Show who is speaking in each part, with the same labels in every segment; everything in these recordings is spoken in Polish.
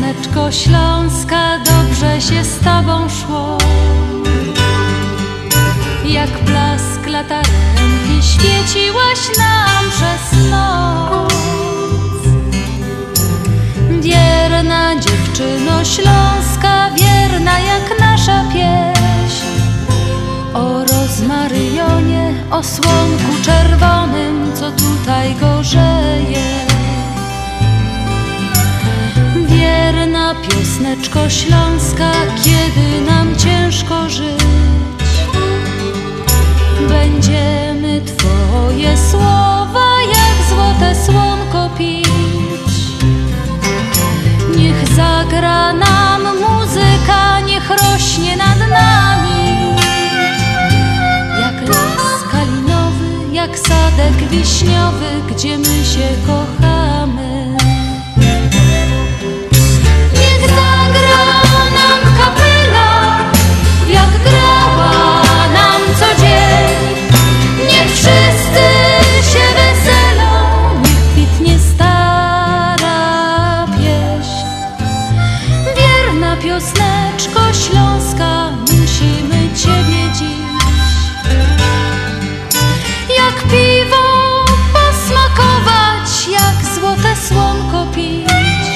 Speaker 1: piosneczko śląska, dobrze się z tobą szło. Jak blask latarenki świeciłaś nam przez noc. Wierna dziewczyno śląska, wierna jak nasza pieśń. O rozmaryjonie, o słonku czerwonym, co tutaj gorzeje. Wierna piosneczko śląska, kiedy nam ciężko żyć, będziemy twoje słowa jak złote słonko pić. Niech zagra nam muzyka, niech rośnie nad nami. Jak las kalinowy, jak sadek wiśniowy, gdzie my się kochamy. Niech zagra nam kapela, jak grała nam co dzień. Niech wszyscy się weselą, niech kwitnie stara pieśń. Wierna piosneczko śląska, musimy ciebie dziś jak piwo posmakować, jak złote słonko pić.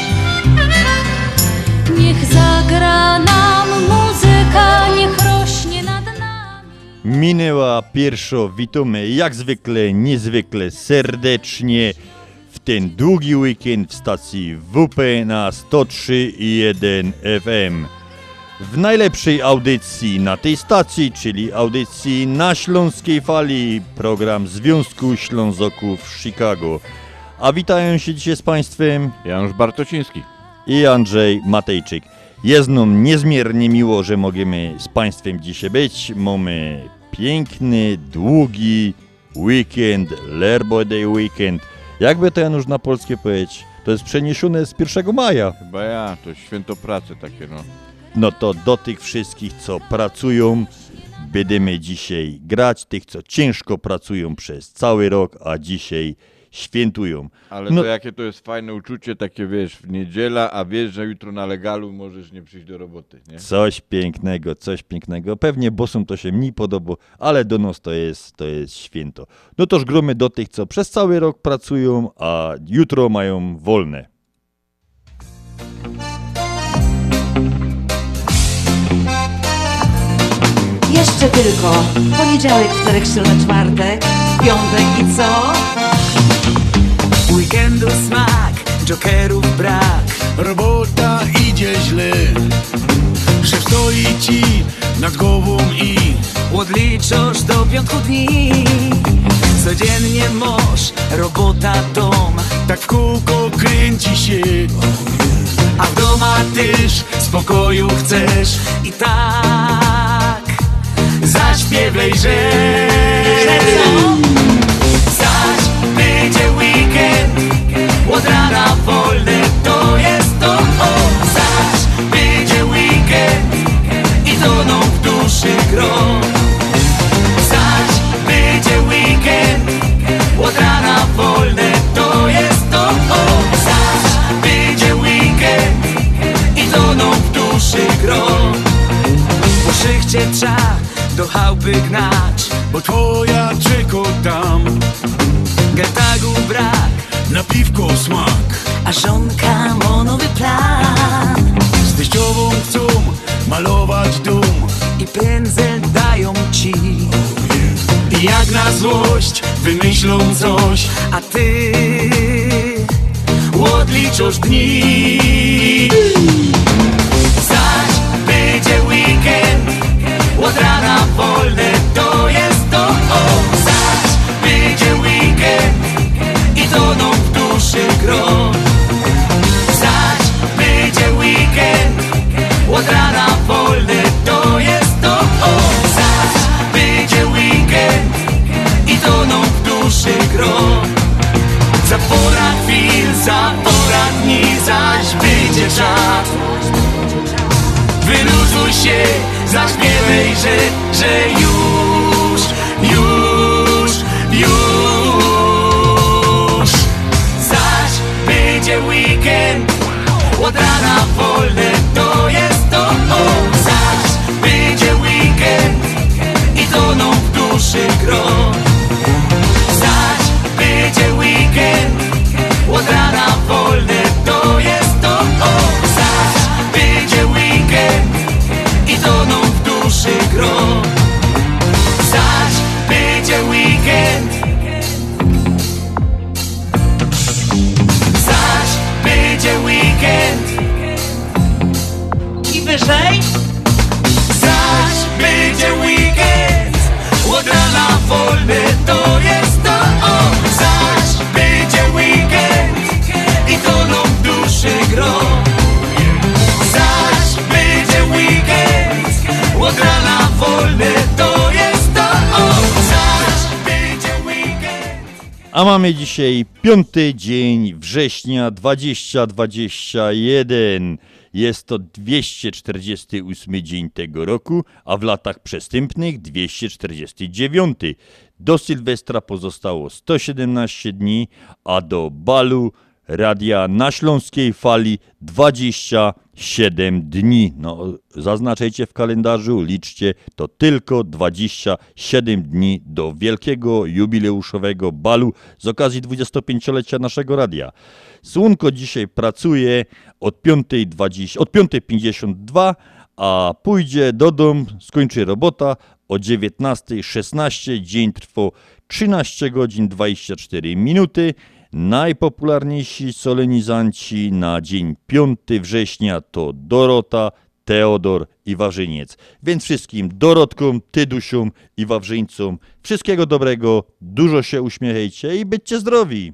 Speaker 1: Niech zagra nam muzyka, niech rośnie nad nami.
Speaker 2: Minęła pierwsza, witamy jak zwykle, niezwykle serdecznie w ten długi weekend w stacji WP na 103,1 FM. W najlepszej audycji na tej stacji, czyli audycji na Śląskiej Fali, program Związku Ślązoków Chicago. A witają się dzisiaj z Państwem
Speaker 3: Janusz Bartociński
Speaker 2: i Andrzej Matejczyk. Jest nam niezmiernie miło, że możemy z Państwem dzisiaj być. Mamy piękny, długi weekend, Labor Day weekend. Jakby to Janusz na polskie powiedzieć? To jest przeniesione z 1 maja.
Speaker 3: Chyba ja, to święto pracy takie no.
Speaker 2: No to do tych wszystkich, co pracują, będziemy dzisiaj grać. Tych, co ciężko pracują przez cały rok, a dzisiaj świętują.
Speaker 3: Ale to jakie to jest fajne uczucie, takie wiesz, w niedziela, a wiesz, że jutro na legalu możesz nie przyjść do roboty, nie?
Speaker 2: Coś pięknego, coś pięknego. Pewnie bosom to się mniej podoba, ale do nas to jest święto. No toż gromy do tych, co przez cały rok pracują, a jutro mają wolne.
Speaker 4: Jeszcze tylko poniedziałek, wtorek, środa, czwartek, piątek i co?
Speaker 5: Weekendu smak, jokerów brak, robota idzie źle. Szef stoi ci nad głową i
Speaker 6: odliczasz do piątku dni. Codziennie masz robota, dom,
Speaker 5: tak w kółko kręci się.
Speaker 6: a w doma też spokoju chcesz.
Speaker 5: I tak zaśpiewaj, że
Speaker 6: Zaś będzie weekend, od rana wolne to jest to. Zaś będzie weekend i to nam w duszy gro. Zaś będzie weekend, od rana wolne to jest to. Zaś będzie weekend i to nam w duszy gro. Po szychcie trzeba do chałupy gnać,
Speaker 5: bo twoja czeko tam,
Speaker 6: getagu brak,
Speaker 5: na piwko smak.
Speaker 6: a żonka ma nowy plan.
Speaker 5: Z teściową chcą malować dom
Speaker 6: I pędzel dają ci,
Speaker 5: i jak na złość wymyślą coś,
Speaker 6: a ty
Speaker 5: odliczasz dni.
Speaker 6: zaś będzie weekend, od rana wolne to jest to. Zaś będzie weekend i to nam w duszy gro. Zaś będzie weekend, od rana wolne to jest to. Zaś będzie weekend i to nam w duszy gro. Za pora chwil, za pora dni, zaś wyjdzie czas. Wyluzuj się, zaśpiewaj, że już Zaś będzie weekend, od rana
Speaker 4: wyżej.
Speaker 6: Zaś będzie weekend, od rana wolny to jest to. O, zaś będzie weekend i to nam w duszy gro. Zaś będzie weekend, od rana wolny to jest to. O, zaś będzie weekend.
Speaker 2: A mamy dzisiaj 5 dzień września 2021. Jest to 248 dzień tego roku, a w latach przestępnych 249. Do Sylwestra pozostało 117 dni, a do balu radia na Śląskiej Fali 27 dni. No, zaznaczajcie w kalendarzu, liczcie, to tylko 27 dni do wielkiego jubileuszowego balu z okazji 25-lecia naszego radia. Słonko dzisiaj pracuje od 5:52, a pójdzie do domu, skończy robota o 19:16. Dzień trwa 13 godzin 24 minuty. Najpopularniejsi solenizanci na dzień 5 września to Dorota, Teodor i Wawrzyniec. Więc wszystkim Dorotkom, Tydusiom i Wawrzyńcom wszystkiego dobrego, dużo się uśmiechajcie i byćcie zdrowi.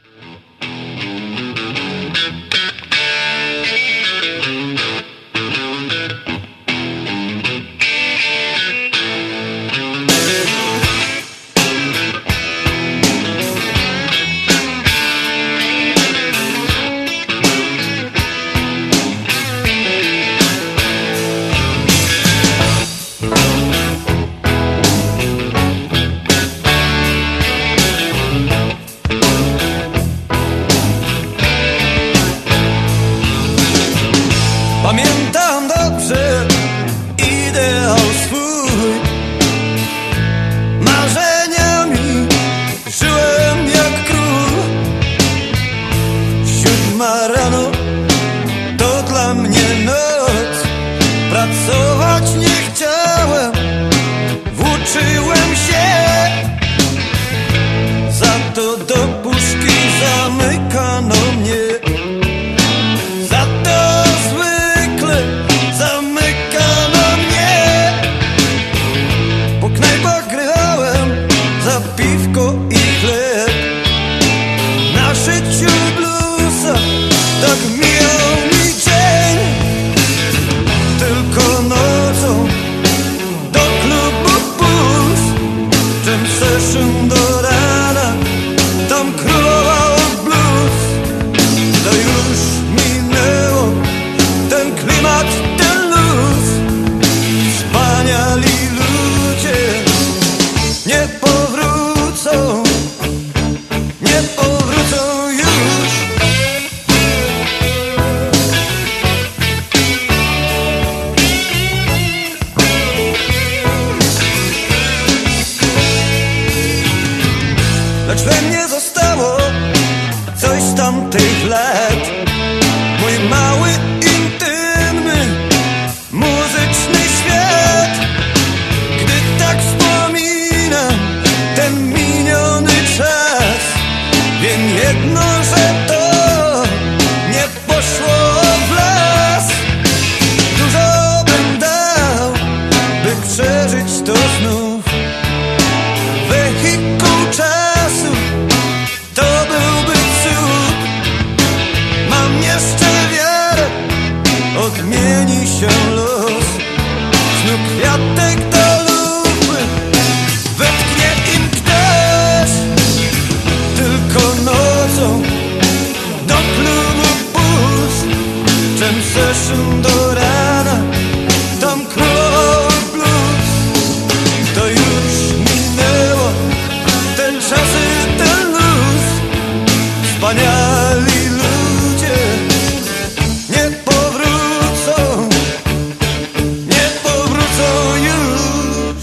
Speaker 5: Pamiętam dobrze ideał swój, marzeniami żyłem jak król. 7 rano to dla mnie noc, pracować nie chciałem, włóczyłem się. Za to do puszki zamykano mnie. Za to zwykle zamykano mnie. Po knajpach grałem za piwko i chleb. Na szyciu bluesa tak mijał mi dzień. Tylko nocą do klubu Puls, Jam session do rana, tam królował blues. To już minęło, ten klimat, ten luz. Wspaniali ludzie nie powrócą, nie powrócą już. Lecz we mnie zostało coś z tamtych lat. Mój mały, intymny, muzyczny świat. Gdy tak wspominam ten miniony czas, wiem jedno, że to nie poszło w las. Dużo bym dał, by przeżyć to znów. Wehikuł czasu to byłby cud. Mam jeszcze wiarę, odmieni się los. Znów kwiatek do lupy wetknie im ktoś. Tylko nocą do klubu Puls, Jam session do rana, tam królował blues. To już minęło, ten czas i ten luz. Wspaniali ludzie nie powrócą, nie powrócą już.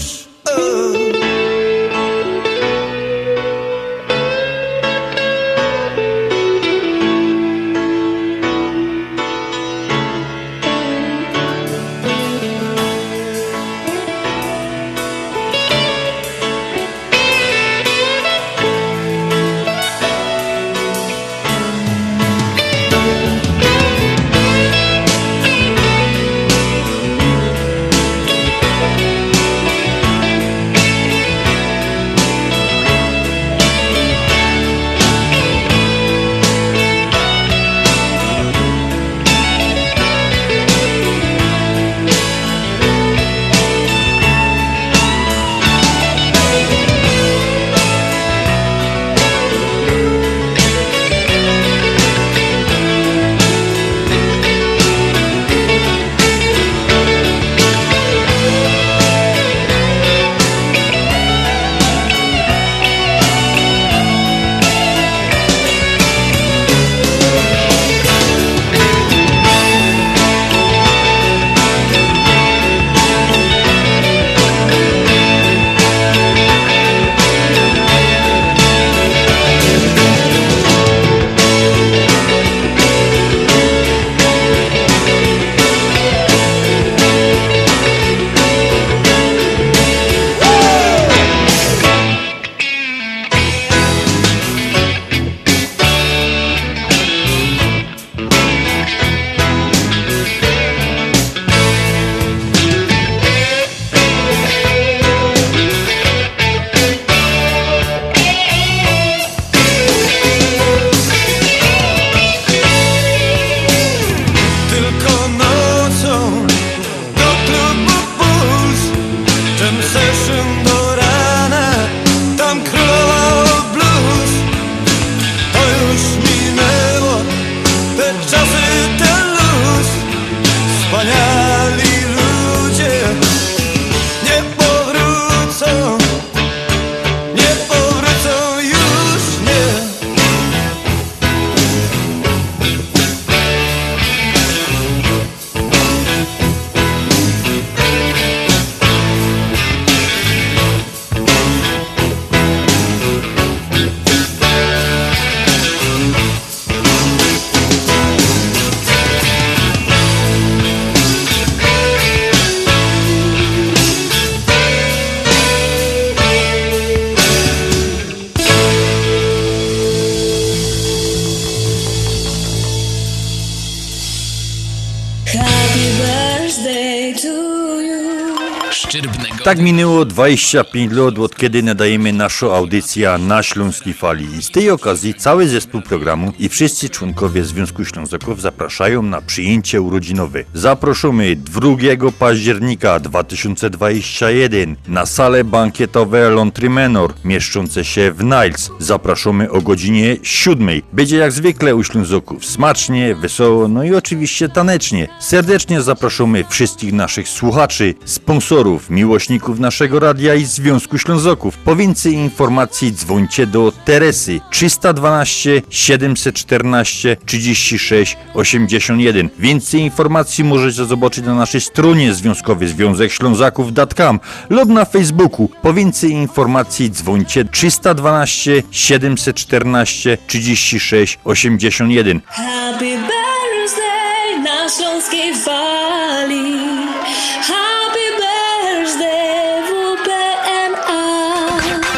Speaker 1: birthday to you.
Speaker 7: Szczyrbnego.
Speaker 2: Tak minęło 25 lat, od kiedy nadajemy naszą audycję na Śląskiej Fali. I z tej okazji cały zespół programu i wszyscy członkowie Związku Ślązaków zapraszają na przyjęcie urodzinowe. Zapraszamy 2 października 2021 na salę bankietowe Lontry Manor, mieszczące się w Niles. Zapraszamy o godzinie 7. Będzie jak zwykle u Ślązaków smacznie, wesoło, no i oczywiście tanecznie. Serdecznie zapraszamy wszystkich naszych słuchaczy, sponsorów, miłośników naszego radia i Związku Ślązaków. Po więcej informacji dzwońcie do Teresy 312 714 36 81. Więcej informacji możecie zobaczyć na naszej stronie związkowej Związek Ślązaków.com lub na Facebooku. Po więcej informacji dzwońcie 312 714 36 81.
Speaker 1: Happy birthday na Śląskiej Fali. Happy birthday WPNA.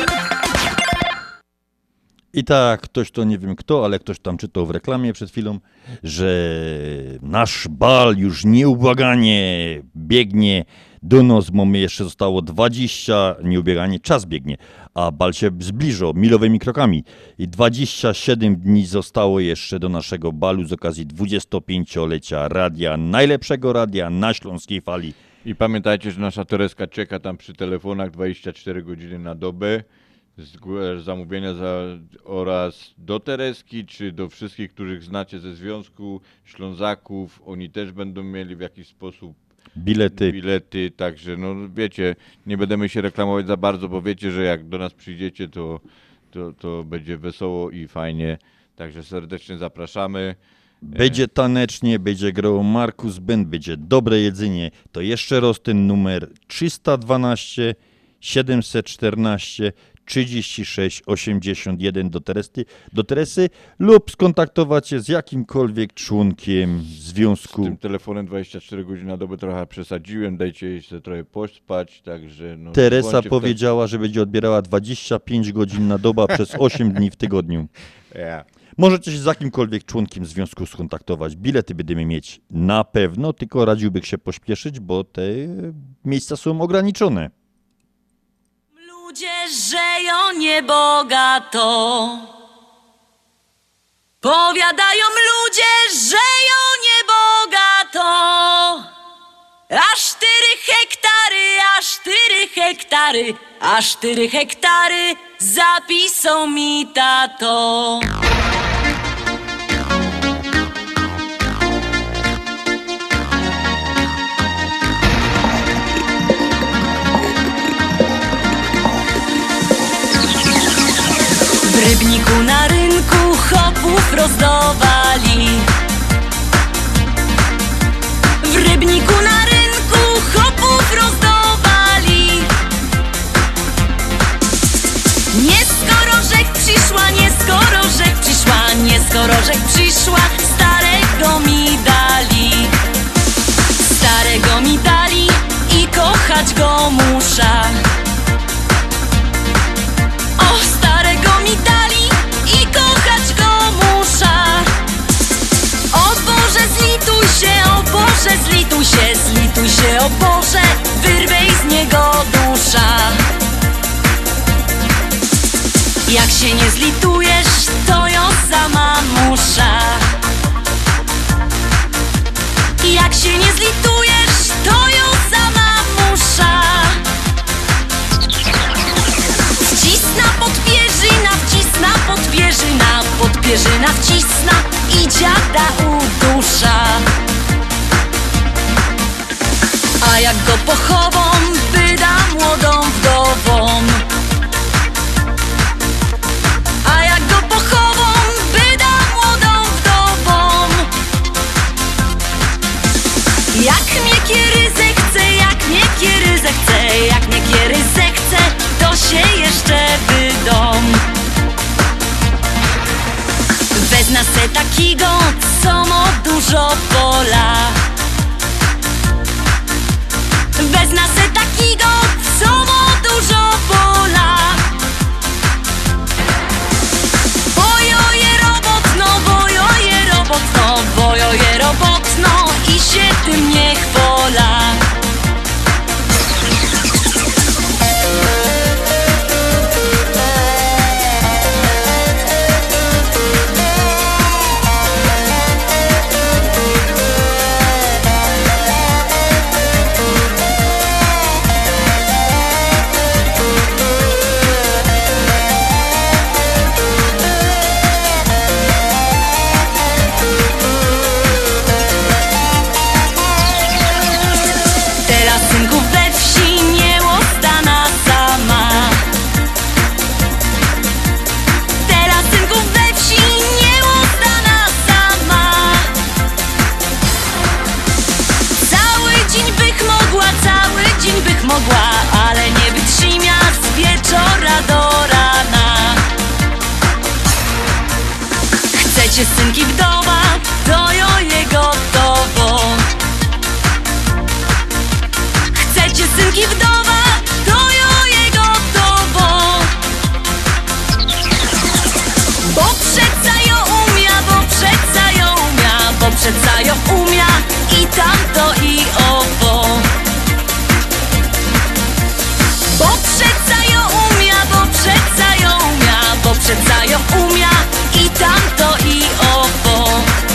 Speaker 2: I tak, ktoś to nie wiem kto, ale ktoś tam czytał w reklamie przed chwilą, że nasz bal już nieubłaganie biegnie do nas, bo my jeszcze zostało 20, nieubłaganie, czas biegnie, a bal się zbliża milowymi krokami. I 27 dni zostało jeszcze do naszego balu z okazji 25-lecia radia, najlepszego radia na Śląskiej Fali.
Speaker 3: I pamiętajcie, że nasza Tereska czeka tam przy telefonach 24 godziny na dobę. Zamówienia oraz do Tereski, czy do wszystkich, których znacie ze Związku Ślązaków. Oni też będą mieli w jakiś sposób bilety, także no wiecie, nie będziemy się reklamować za bardzo, bo wiecie, że jak do nas przyjdziecie, to będzie wesoło i fajnie, także serdecznie zapraszamy.
Speaker 2: Będzie tanecznie, będzie grał Markus Band, będzie dobre jedzenie. To jeszcze raz ten numer 312 714 36 81 do Teresy lub skontaktować się z jakimkolwiek członkiem związku.
Speaker 3: Z tym telefonem 24 godziny na dobę trochę przesadziłem, dajcie jej się trochę pospać, także... No,
Speaker 2: Teresa powiedziała, że będzie odbierała 25 godzin na dobę przez 8 dni w tygodniu.
Speaker 3: Yeah.
Speaker 2: Możecie się z jakimkolwiek członkiem związku skontaktować. Bilety będziemy mieć na pewno, tylko radziłbym się pośpieszyć, bo te miejsca są ograniczone.
Speaker 1: Ludzie żyją niebogato. Powiadają ludzie żyją niebogato. Aż 4 hektary, aż 4 hektary zapisał mi tato. W Rybniku na rynku chopów rozdawali. W Rybniku na rynku chopów rozdawali. Nie skoro rzek przyszła, nie skoro rzek przyszła, nie skoro rzek przyszła, starego mi dali. Starego mi dali i kochać go muszę. O, starego mi dali i kochać go muszę. O Boże, zlituj się, o Boże, zlituj się, zlituj się, o Boże, wyrwej z niego dusza. Jak się nie zlitujesz, to ją sama muszę. Jak się nie zlitujesz, to ją sama muszę. Wcisna podpierzyna, wcisna podpierzyna, podpierzyna wcisna i dziada udusza. A jak go pochową, wyda młodą wdową. A jak go pochową, wyda młodą wdową. Jak mnie kiery zechce, jak mnie kiery zechce, jak mnie kiery zechce, to się jeszcze wydom. Wezna se takiego, co ma dużo pola. Wezna se takiego, co ma dużo pola. Wojoje robotno, wojoje robotno, wojoje robotno i się tym nie chwola. mogła, ale nie wytrzyma z wieczora do rana. Chcecie synki wdowa, to jo je gotowo. Chcecie synki wdowa, to jo je gotowo. Bo przeca ją umia, bo przeca ją umia, bo przeca ją umia i tamto i owo. Bo przeca ją umia, bo przeca ją umia, bo przeca ją umia i tamto i owo.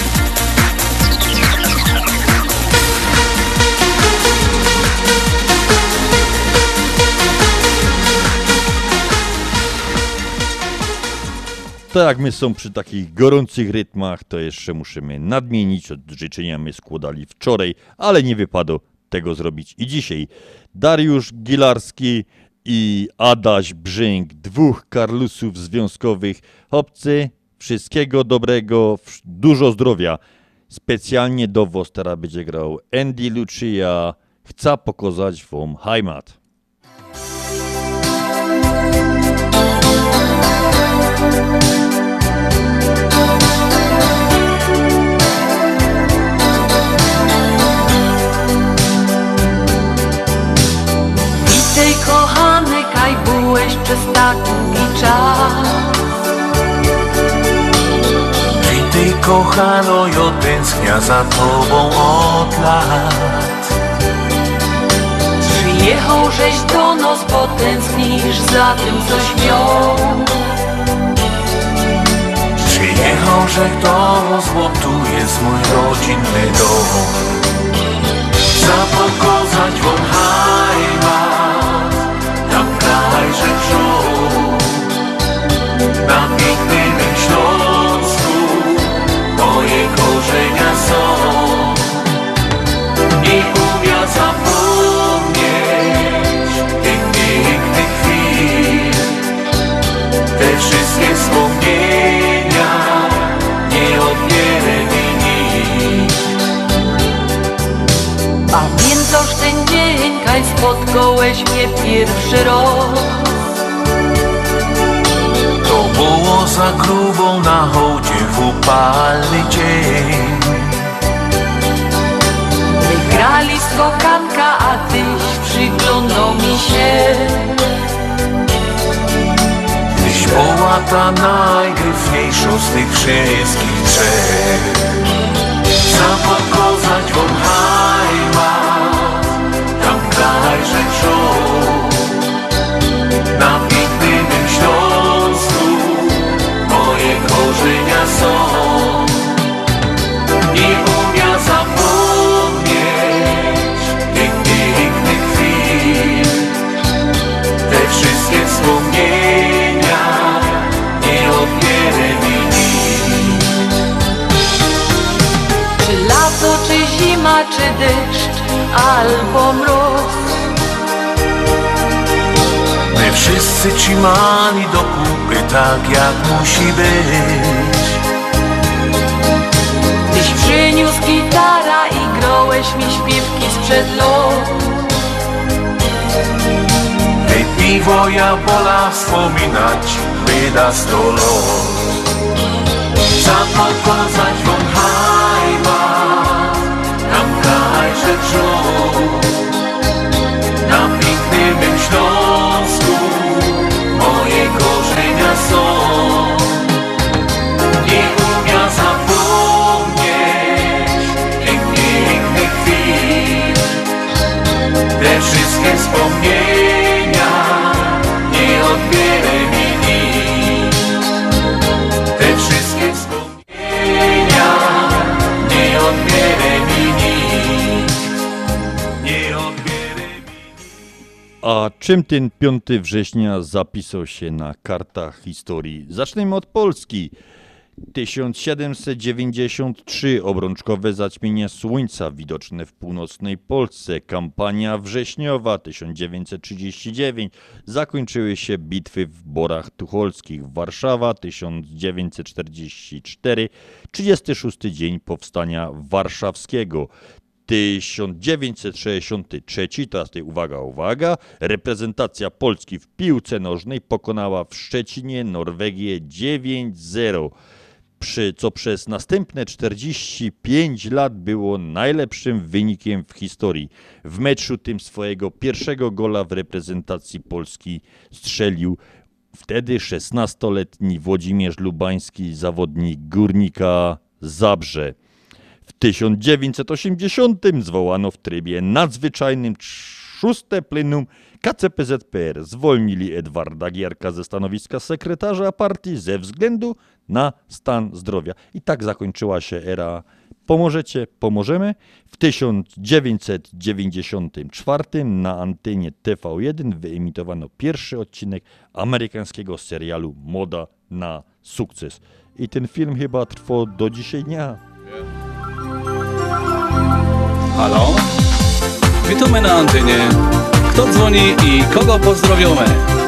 Speaker 2: Tak jak my są przy takich gorących rytmach, to jeszcze musimy nadmienić, od życzenia my składali wczoraj, ale nie wypadło tego zrobić i dzisiaj. Dariusz Gilarski i Adaś Brzęk, dwóch Karlusów związkowych. Chłopcy, wszystkiego dobrego, dużo zdrowia. Specjalnie do was teraz będzie grał Andy Lucia. Chcę pokazać wam Heimat.
Speaker 1: Witaj kochany, kaj byłeś przez tak długi czas.
Speaker 6: Witaj kochano, ja tęsknia za tobą od lat.
Speaker 1: Przyjechał żeś do nas, bo tęsknisz za tym, coś miał.
Speaker 6: Przyjechał żeś do nas, bo tu jest mój rodzinny dom. Za pokazać wam Heimat, tam kraj żech żył. Na pięknym Śląsku moje korzenia są. Nie umiem zapomnieć tych pięknych chwil. Te wszystkie wspomnienia nie odbierze mi nikt.
Speaker 1: Pamiętasz ten dzień, kaj spotkałeś mnie pierwszy raz?
Speaker 6: To było za grubą na hołdzie w upalny dzień.
Speaker 1: Wygrali skokanka, a tyś przyglądał mi się.
Speaker 6: Tyś była ta najgryfniejsza z tych wszystkich trzech. Za pokazać wam Heimat, tam kraj żech żył. Na pięknym Śląsku moje korzenia są. Nie umiem zapomnieć tych pięknych chwil. Te wszystkie wspomnienia nie odbierze mi nikt.
Speaker 1: Czy lato, czy zima, czy deszcz, albo mróz.
Speaker 6: My wszyscy trzymani do kupy tak jak musi być.
Speaker 1: Tyś przyniósł gitara i grałeś mi śpiewki sprzed lat.
Speaker 6: Te piwo ja wola wspominać wyda 100 lat. Za pokazać wam Heimat, tam kraj żech żył. Na pięknym Śląsku moje korzenia są. Nie umiem zapomnieć tych pięknych chwil. Te wszystkie wspomnienia nie odbierze mi nikt. Te wszystkie wspomnienia nie odbierze mi nikt. Nie odbierze mi nikt.
Speaker 2: A czym ten 5 września zapisał się na kartach historii? Zacznijmy od Polski. 1793 obrączkowe zaćmienie słońca widoczne w północnej Polsce. Kampania wrześniowa 1939. Zakończyły się bitwy w Borach Tucholskich. Warszawa 1944. 36 dzień powstania warszawskiego. 1963, teraz tutaj uwaga, reprezentacja Polski w piłce nożnej pokonała w Szczecinie Norwegię 9-0, co przez następne 45 lat było najlepszym wynikiem w historii. W meczu tym swojego pierwszego gola w reprezentacji Polski strzelił wtedy 16-letni Włodzimierz Lubański, zawodnik Górnika Zabrze. W 1980 zwołano w trybie nadzwyczajnym 6. plenum KCPZPR. Zwolnili Edwarda Gierka ze stanowiska sekretarza partii ze względu na stan zdrowia. I tak zakończyła się era Pomożecie, pomożemy. W 1994 na antenie TV1 wyemitowano pierwszy odcinek amerykańskiego serialu Moda na sukces. I ten film chyba trwa do dzisiaj dnia.
Speaker 7: Halo? Witamy na antenie. Kto dzwoni i kogo pozdrowiamy?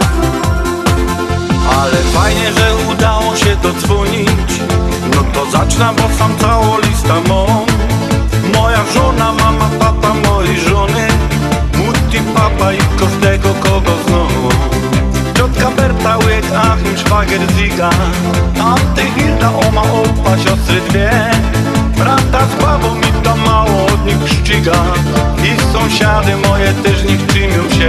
Speaker 5: Ale fajnie, że udało się dodzwonić. No to zacznę, bo sam całą listę mam. Moja żona, mama, tata mojej żony, mutti, papa i każdego, kogo znam. Ciotka Berta, łyk, Achim, szwagier, Ziga, tamty Hilda, oma, opa, siostry dwie, brata z babą i to mało od nich szczyga. I sąsiady moje też niech czymią się.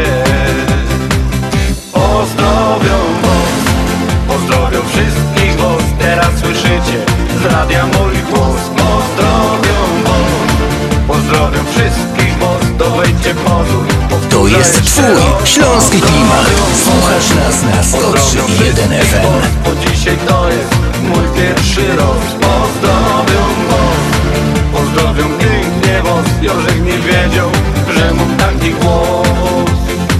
Speaker 5: Pozdrowią was, pozdrowią wszystkich was. Teraz słyszycie z radia mój głos. Pozdrowią was, pozdrowią wszystkich was. To wejdźcie pozór.
Speaker 8: To jest twój śląski klimat. Słuchasz nas na 103.1 FM.
Speaker 5: Bo dzisiaj to jest mój pierwszy roz. Pozdrowią was, pozdrowią pięknie was. Jorzek nie wiedział, że mam taki głos.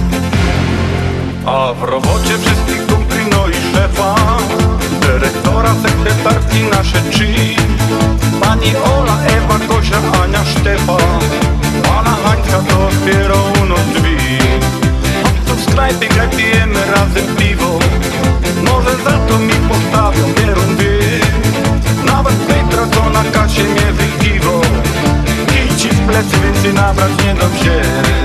Speaker 5: A w robocie wszystkich kumpli, no i szefa, dyrektora, sekretarki, nasze trzy, pani Ola, Ewa, Gosia, Ania, Sztefa, pana Hańska to otwierał u nas drzwi. Chodź tu w sklepie, graj, pijemy razem piwo, może za to mi postawią pierundy. Nawet Petra, co na kasie mnie wykiwał, kij ci w plecy, więcej nabrać nie dam się.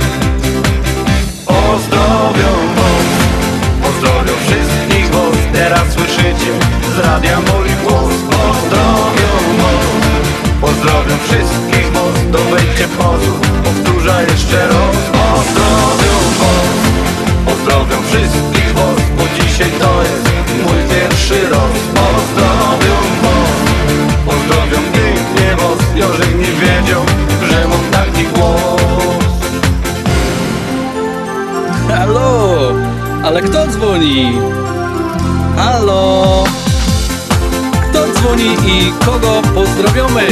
Speaker 5: Pozdrowią was, pozdrowią wszystkich was. Teraz słyszycie z radia mój głos. Pozdrowią was, pozdrowią wszystkich was. To wejdźcie pozór, powtórzę jeszcze raz. Pozdrowią was, pozdrowią wszystkich was. Bo dzisiaj to jest mój pierwszy raz. Pozdrowią was, pozdrowią pięknie was. Jorzek nie wiedział, że mam taki głos.
Speaker 7: Halo? Ale kto dzwoni? Halo? Kto dzwoni i kogo pozdrowiamy?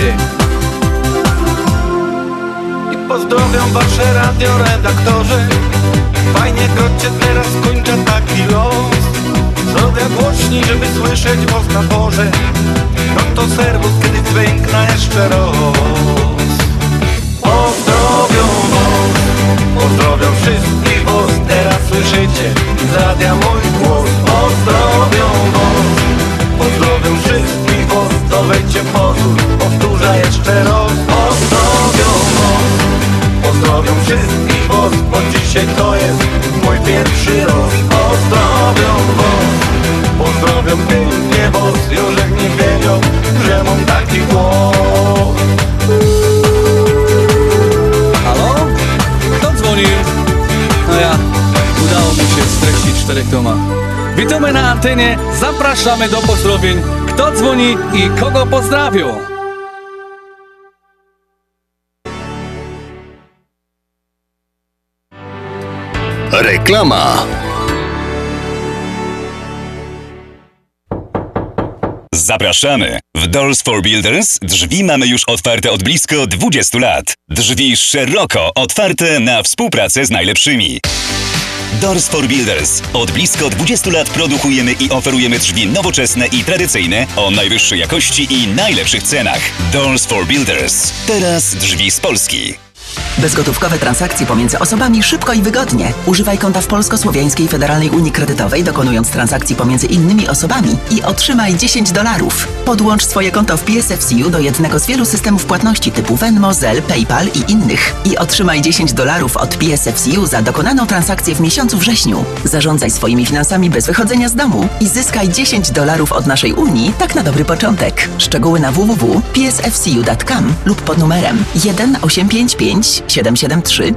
Speaker 5: I pozdrowią wasze radioredaktorzy. Fajnie grocie, teraz kończę taki los. Zrobię głośniej, żeby słyszeć was na porze. No to serwus, kiedy dźwiękna jeszcze raz. Pozdrowią was, pozdrowią wszystkich was. Teraz słyszycie z radia mój głos. Pozdrowią was, pozdrowią wszystkich was. To wejdźcie pozór, powtórzę jeszcze raz. Pozdrowią was, pozdrowią wszystkich was. Bo dzisiaj to jest mój pierwszy raz. Pozdrowią was, pozdrowią pięknie was. Jorzek nie wiedział, że mam taki głos.
Speaker 7: Halo? Kto dzwonił? No ja, udało mi się streścić 4 toma. Witamy na antenie, zapraszamy do pozdrowień. Kto dzwoni i kogo pozdrawią?
Speaker 8: Reklama.
Speaker 9: Zapraszamy! W Doors for Builders drzwi mamy już otwarte od blisko 20 lat. Drzwi szeroko otwarte na współpracę z najlepszymi. Doors for Builders. Od blisko 20 lat produkujemy i oferujemy drzwi nowoczesne i tradycyjne o najwyższej jakości i najlepszych cenach. Doors for Builders. Teraz drzwi z Polski.
Speaker 8: Bezgotówkowe transakcje pomiędzy osobami szybko i wygodnie. Używaj konta w Polsko-Słowiańskiej Federalnej Unii Kredytowej, dokonując transakcji pomiędzy innymi osobami i otrzymaj $10. Podłącz swoje konto w PSFCU do jednego z wielu systemów płatności typu Venmo, Zelle, PayPal i innych i otrzymaj $10 od PSFCU za dokonaną transakcję w miesiącu wrześniu. Zarządzaj swoimi finansami bez wychodzenia z domu i zyskaj $10 od naszej Unii, tak na dobry początek. Szczegóły na www.psfcu.com lub pod numerem 1-855 773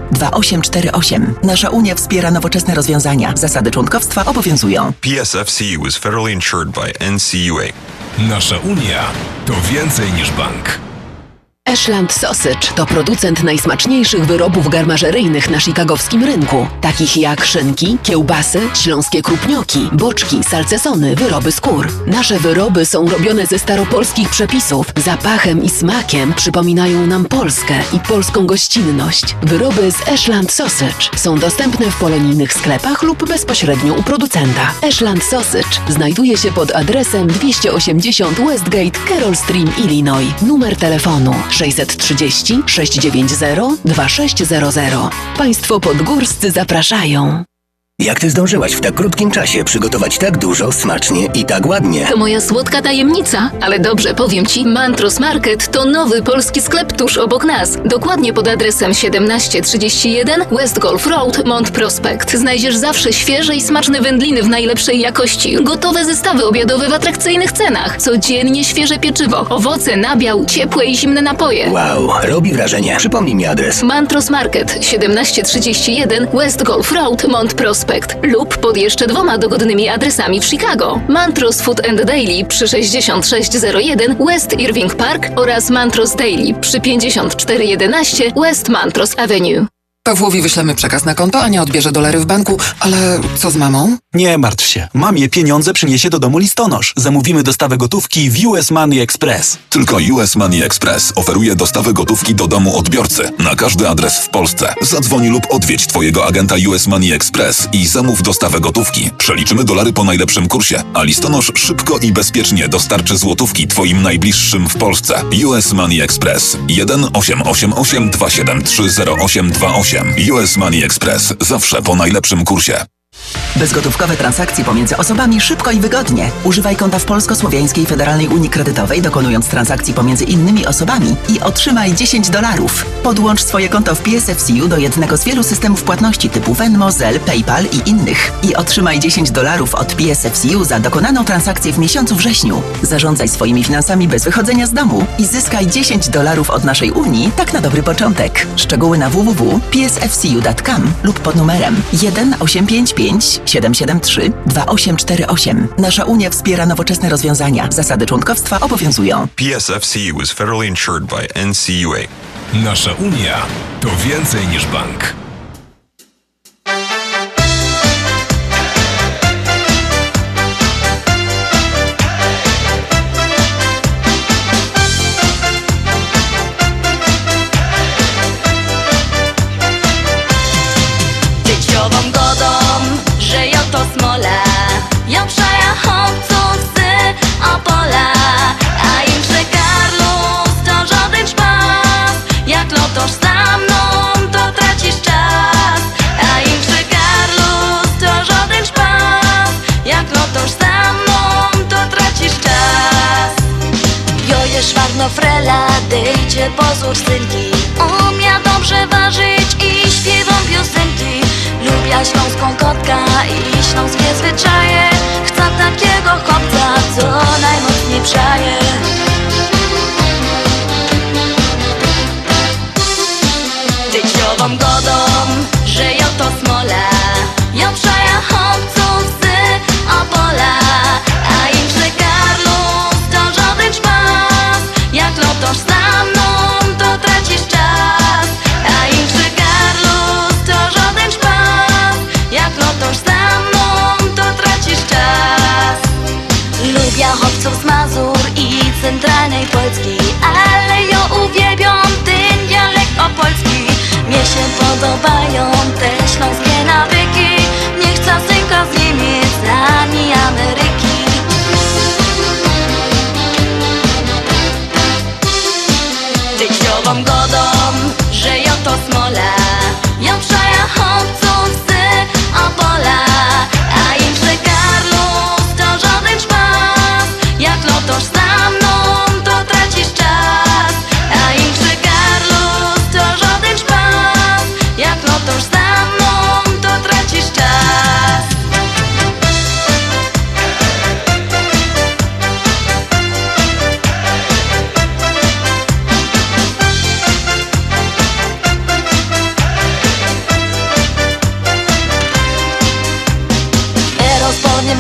Speaker 8: 2848. Nasza Unia wspiera nowoczesne rozwiązania. Zasady członkowstwa obowiązują.
Speaker 10: PSFCU is federally insured by NCUA.
Speaker 11: Nasza Unia to więcej niż bank.
Speaker 12: Ashland Sausage to producent najsmaczniejszych wyrobów garmażeryjnych na chicagowskim rynku, takich jak szynki, kiełbasy, śląskie krupnioki, boczki, salcesony, wyroby skór. Nasze wyroby są robione ze staropolskich przepisów. Zapachem i smakiem przypominają nam Polskę i polską gościnność. Wyroby z Ashland Sausage są dostępne w polonijnych sklepach lub bezpośrednio u producenta. Ashland Sausage znajduje się pod adresem 280 Westgate, Carroll Stream, Illinois. Numer telefonu 630 690 2600. Państwo podgórscy zapraszają.
Speaker 8: Jak ty zdążyłaś w tak krótkim czasie przygotować tak dużo, smacznie i tak ładnie?
Speaker 13: To moja słodka tajemnica, ale dobrze, powiem ci, Mantros Market to nowy polski sklep tuż obok nas. Dokładnie pod adresem 1731 West Golf Road, Mont Prospect. Znajdziesz zawsze świeże i smaczne wędliny w najlepszej jakości, gotowe zestawy obiadowe w atrakcyjnych cenach, codziennie świeże pieczywo, owoce, nabiał, ciepłe i zimne napoje.
Speaker 8: Wow, robi wrażenie. Przypomnij mi adres.
Speaker 13: Mantros Market, 1731 West Golf Road, Mont Prospect. Lub pod jeszcze 2 dogodnymi adresami w Chicago. Mantros Food and Daily przy 6601 West Irving Park oraz Mantros Daily przy 5411 West Mantros Avenue.
Speaker 14: Pawłowi wyślemy przekaz na konto, a nie odbierze dolary w banku. Ale co z mamą?
Speaker 15: Nie martw się. Mamie pieniądze przyniesie do domu listonosz. Zamówimy dostawę gotówki w US Money Express.
Speaker 16: Tylko US Money Express oferuje dostawę gotówki do domu odbiorcy na każdy adres w Polsce. Zadzwoń lub odwiedź twojego agenta US Money Express i zamów dostawę gotówki. Przeliczymy dolary po najlepszym kursie, a listonosz szybko i bezpiecznie dostarczy złotówki twoim najbliższym w Polsce. US Money Express 1-888 273 0828. US Money Express. Zawsze po najlepszym kursie.
Speaker 8: Bezgotówkowe transakcje pomiędzy osobami szybko i wygodnie. Używaj konta w Polsko-Słowiańskiej Federalnej Unii Kredytowej, dokonując transakcji pomiędzy innymi osobami i otrzymaj $10. Podłącz swoje konto w PSFCU do jednego z wielu systemów płatności typu Venmo, Zelle, PayPal i innych i otrzymaj $10 od PSFCU za dokonaną transakcję w miesiącu wrześniu. Zarządzaj swoimi finansami bez wychodzenia z domu i zyskaj $10 od naszej Unii, tak na dobry początek. Szczegóły na www.psfcu.com lub pod numerem 1-855 773 2848. Nasza Unia wspiera nowoczesne rozwiązania. Zasady członkowstwa obowiązują.
Speaker 10: PSFCU is federally insured by NCUA.
Speaker 11: Nasza Unia to więcej niż bank.
Speaker 1: Smola, ja przejechałców z Opola, a im że Karlus to żaden szpas, jak lotosz za mną to tracisz czas, a im że Karlus to żaden szpas, jak lotosz za mną to tracisz czas. Jojesz warno frela, dejcie pozór synki, umia dobrze ważyć i śpiewam piosenki. Lubię śląską kotka i śląskie zwyczaje. Chcę takiego chłopca, co najmocniej przaje. Dzieciową godą, że ja to smola, ja przaja chłopców z Opola, a im że Karlus to żaden szpas, jak lotosz za mną to tracisz czas, a im że Karlus to żaden szpas, jak lotosz za mną to tracisz czas. Lubię chłopców z Mazur i centralnej Polski, ale ja uwielbiam ten dialekt opolski. Mnie się podobają te śląskie nawyki, nie chcę synka z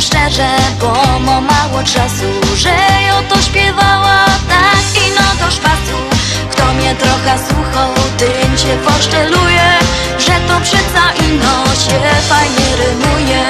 Speaker 1: szczerze, bo ma mało czasu, że ja to śpiewała tak i no do szpasu. Kto mnie trochę słuchał, tym cię poszczeluje, że to przeca ino się fajnie rymuje.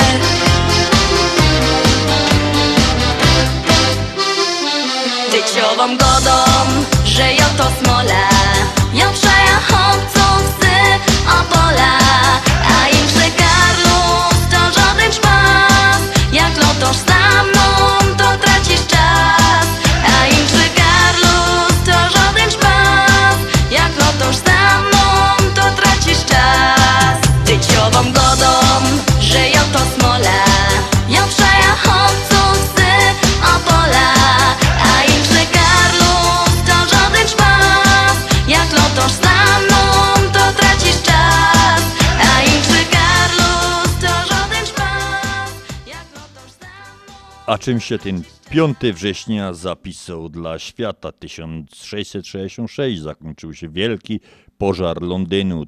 Speaker 1: Tyciową godą, że ja to smola, ja przejechał co psy opola, a im że Carlos to żaden szpas, jak lotosz za mną, to tracisz czas. A im że Carlos to żaden szpas, jak lotosz za mną, to tracisz czas. Tyciową godą, że ja to smola, ja przejechał co psy opola, a im że Carlos to żaden szpas, jak lotosz za mną, to tracisz czas. A im że Carlos to żaden szpas, jak lotosz za mną.
Speaker 2: A czym się ten 5 września zapisał dla świata? 1666 zakończył się wielki pożar Londynu,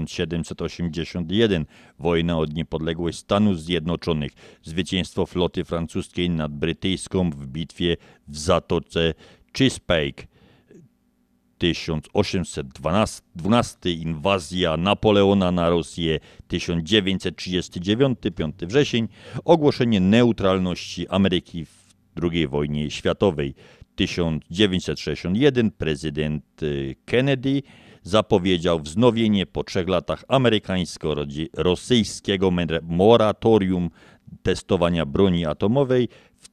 Speaker 2: 1781 wojna o niepodległość Stanów Zjednoczonych, zwycięstwo floty francuskiej nad brytyjską w bitwie w Zatoce Chesapeake, 1812 inwazja Napoleona na Rosję, 1939 5 wrzesień, ogłoszenie neutralności Ameryki w II wojnie światowej, 1961 prezydent Kennedy zapowiedział wznowienie po 3 latach amerykańsko-rosyjskiego moratorium testowania broni atomowej. W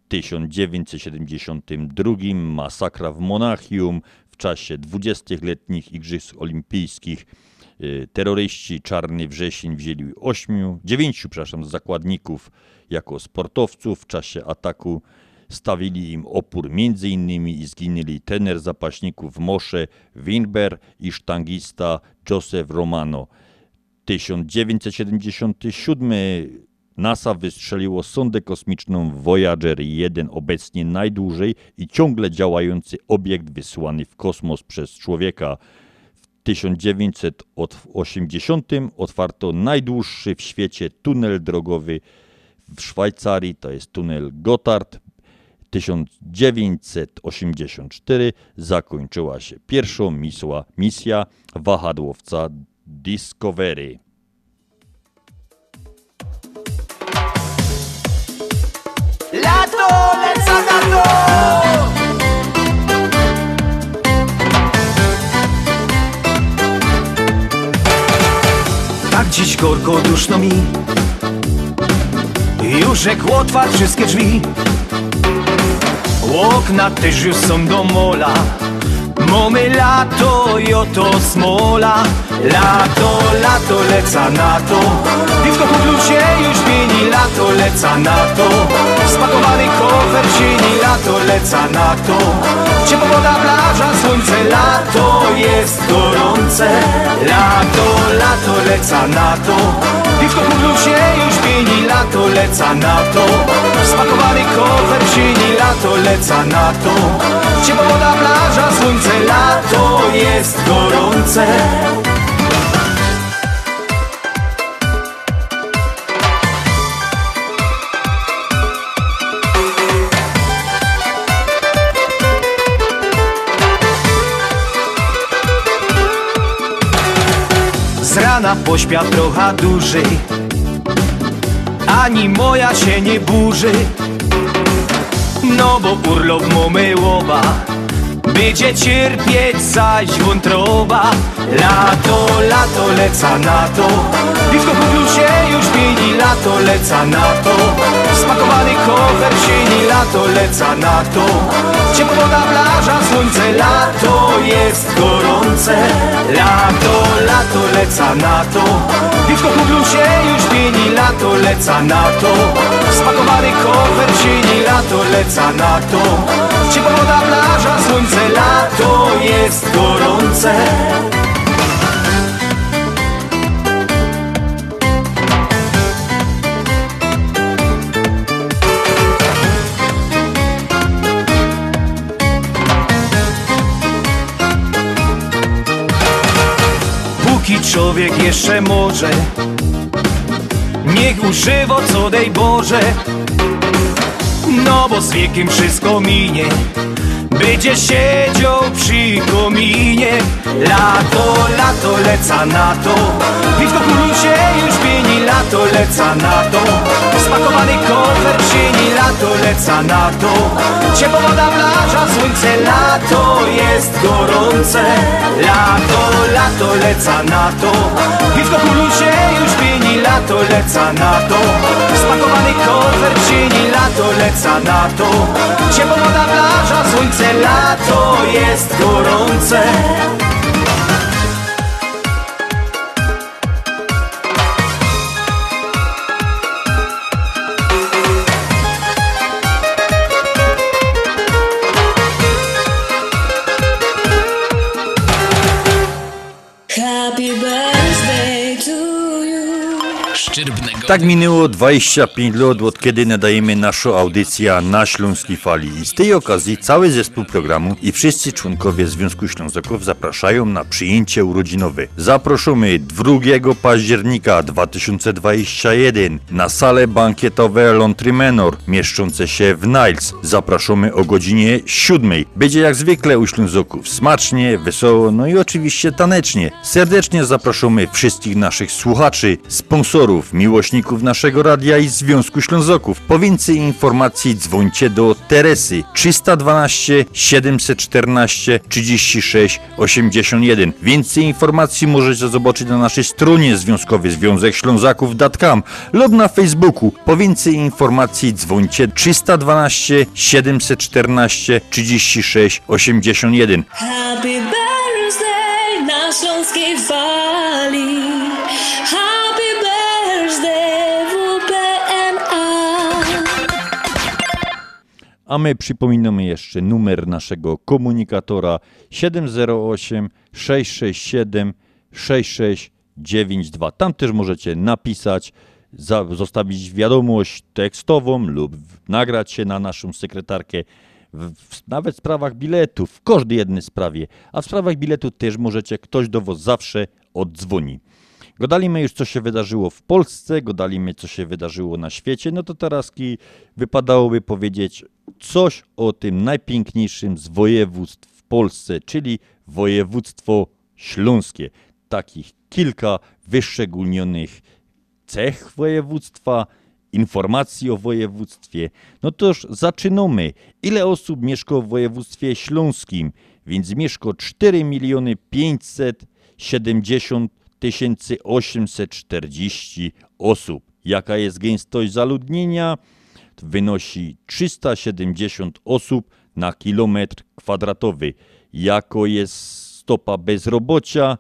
Speaker 2: 1972 masakra w Monachium. W czasie 20-letnich Igrzysk Olimpijskich terroryści Czarny Wrzesień wzięli 9 zakładników jako sportowców. W czasie ataku stawili im opór m.in. i zginęli trener zapaśników Moshe Winber i sztangista Joseph Romano. 1977 NASA wystrzeliło sondę kosmiczną Voyager 1, obecnie najdłużej i ciągle działający obiekt wysłany w kosmos przez człowieka. W 1980 otwarto najdłuższy w świecie tunel drogowy w Szwajcarii, to jest tunel Gotthard. 1984 zakończyła się pierwsza misja wahadłowca Discovery.
Speaker 6: Lato, lecza na to! Tak dziś gorko duszno mi, już jak otwarł wszystkie drzwi. Okna też już są do mola. Mamy lato i oto smola. Lato, lato, leca na to. Piwko po bluzie już pieni. Lato, leca na to. Spakowany kofer w sieni. Lato, leca na to. Ciepła woda, plaża, słońce. Lato jest gorące. Lato, lato, leca na to. Piwko po bluzie już pieni. Lato, leca na to. Spakowany kofer w sieni. Lato, leca na to. Ciepła woda, plaża, słońce. Lato jest gorące. Z rana pośpia trochę dłużej, ani moja się nie burzy. No bo urlop mamy łoba, będzie cierpieć zaś wątroba. Lato, lato, leca na to. Piwko po bluzie już pieni. Lato, leca na to. Spakowany kofer w sieni. Lato, leca na to. Ciepła woda, plaża, słońce. Lato jest gorące. Lato, lato, leca na to. Piwko po bluzie już pieni. Lato, leca na to. Spakowany kofer w sieni. Lato, leca na to. Ciepła woda, plaża, słońce. Lato jest gorące. Póki człowiek jeszcze może, niech używa co dej Boże. no bo z wiekiem wszystko minie. Będzie siedział przy kominie. Lato, lato, leca na to. Piwko kuli się już pieni. Lato, leca na to. Spakowany kofer sieni. Lato, leca na to. Ciepła woda, plaża, słońce. Lato jest gorące. Lato, lato, leca na to. Piwko kuli się już pieni. Lato, leca na to. Spakowany kofer sieni. Lato, leca na to. Ciepła woda, plaża, słońce. Lato jest gorące.
Speaker 1: Happy birthday to you.
Speaker 11: Szczyrbnego.
Speaker 2: Tak minęło 25 lat, od kiedy nadajemy naszą audycję na Śląskiej Fali. I z tej okazji cały zespół programu i wszyscy członkowie Związku Ślązaków zapraszają na przyjęcie urodzinowe. Zapraszamy 2 października 2021 na salę bankietowe Laundry Manor, mieszczące się w Niles. Zapraszamy o godzinie 7. Będzie jak zwykle u Ślązaków smacznie, wesoło, no i oczywiście tanecznie. Serdecznie zapraszamy wszystkich naszych słuchaczy, sponsorów, miłośników naszego radia i Związku Ślązaków. Po więcej informacji dzwońcie do Teresy 312 714 36 81. Więcej informacji możecie zobaczyć na naszej stronie związkowej związekślązaków.com lub na Facebooku. Po więcej informacji dzwońcie 312 714 36 81.
Speaker 1: Happy birthday na Śląskiej Fali. Happy birthday WPNA.
Speaker 2: A my przypominamy jeszcze numer naszego komunikatora 708 667 6692. Tam też możecie napisać, zostawić wiadomość tekstową lub nagrać się na naszą sekretarkę nawet w sprawach biletów, w każdej jednej sprawie. A w sprawach biletu też możecie, ktoś do was zawsze oddzwoni. Gadaliśmy już, co się wydarzyło w Polsce, gadaliśmy, co się wydarzyło na świecie, no to teraz wypadałoby powiedzieć coś o tym najpiękniejszym z województw w Polsce, czyli województwo śląskie. Takich kilka wyszczególnionych cech województwa, informacji o województwie. No to już zaczynamy. Ile osób mieszka w województwie śląskim? Więc mieszka 4 570 840 osób. Jaka jest gęstość zaludnienia? Wynosi 370 osób na kilometr kwadratowy. Jako jest stopa bezrobocia?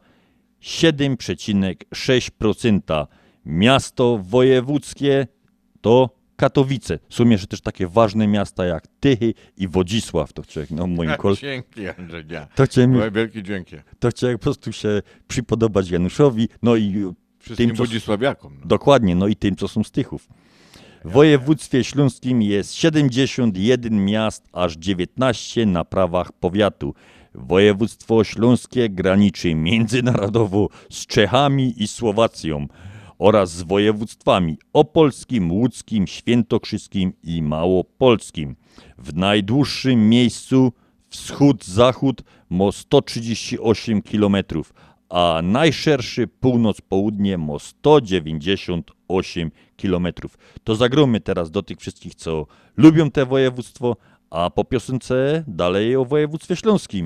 Speaker 2: 7,6%. Miasto wojewódzkie to Katowice. Są jeszcze też takie ważne miasta jak Tychy i Wodzisław. To chciałem, no moim
Speaker 3: Dzięki, Andrzej. Wielkie dzięki.
Speaker 2: To chciałem po prostu się przypodobać Januszowi, no i
Speaker 3: wszystkim
Speaker 2: tym,
Speaker 3: wodzisławiakom. No.
Speaker 2: Dokładnie, no i tym, co są z Tychów. W województwie śląskim jest 71 miast, aż 19 na prawach powiatu. Województwo śląskie graniczy międzynarodowo z Czechami i Słowacją oraz z województwami opolskim, łódzkim, świętokrzyskim i małopolskim. W najdłuższym miejscu wschód-zachód ma 138 km, a najszerszy północ-południe ma 198 km. To zagromy teraz do tych wszystkich, co lubią te województwo, a po piosence dalej o województwie śląskim.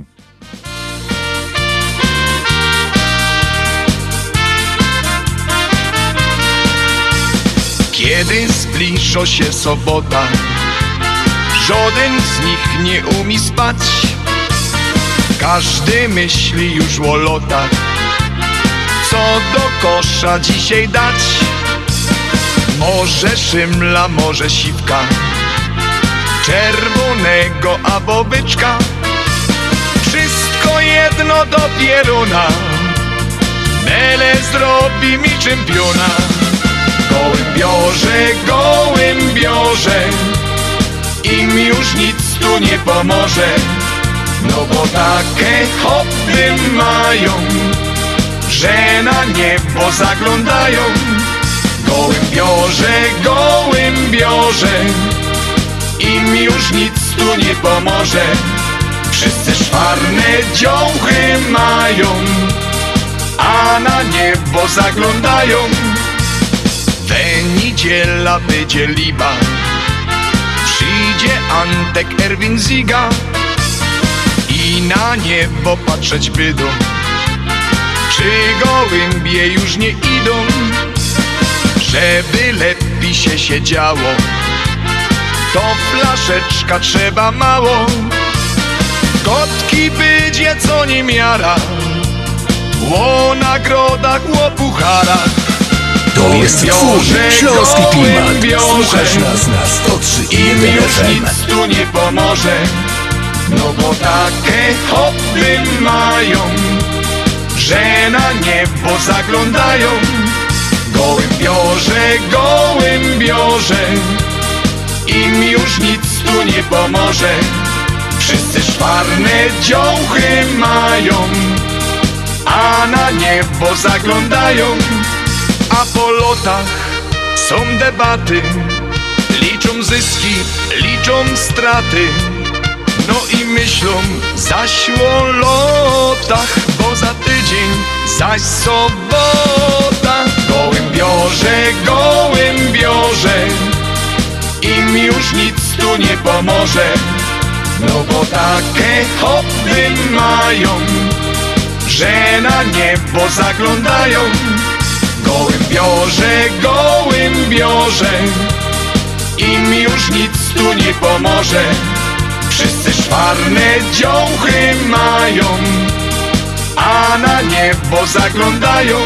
Speaker 17: Kiedy zbliża się sobota, żaden z nich nie umie spać. Każdy myśli już o lotach, co do kosza dzisiaj dać. Może szymla, może siwka, czerwonego albo byczka. Wszystko jedno do pieruna, byle zrobi mi czempiona. Gołębiorze, im już nic tu nie pomoże. No bo takie hobby mają, że na niebo zaglądają. im już nic tu nie pomoże. Wszyscy szwarne dziołchy mają, a na niebo zaglądają. We niedziela będzie liba, przyjdzie Antek Erwin Ziga i na niebo patrzeć bydą, czy gołębie już nie idą, żeby lepiej się siedziało. To flaszeczka trzeba mało, kotki będzie co nie miara, o nagrodach, o pucharach.
Speaker 11: To jest twój śląski klimat. Słuchasz nas na 103,1 FM.
Speaker 17: Nic tu nie pomoże, no bo takie hopy mają, że na niebo zaglądają. Gołębiorze, im już nic tu nie pomoże. Wszyscy szwarne dziołchy mają, a na niebo zaglądają. A po lotach są debaty, liczą zyski, liczą straty. No i myślą zaś o lotach, bo za tydzień zaś sobota. Gołębiorze, im już nic tu nie pomoże, no bo takie hopy mają, że na niebo zaglądają. Gołębiorze, im już nic tu nie pomoże. Wszyscy szwarne dziołchy mają, a na niebo zaglądają.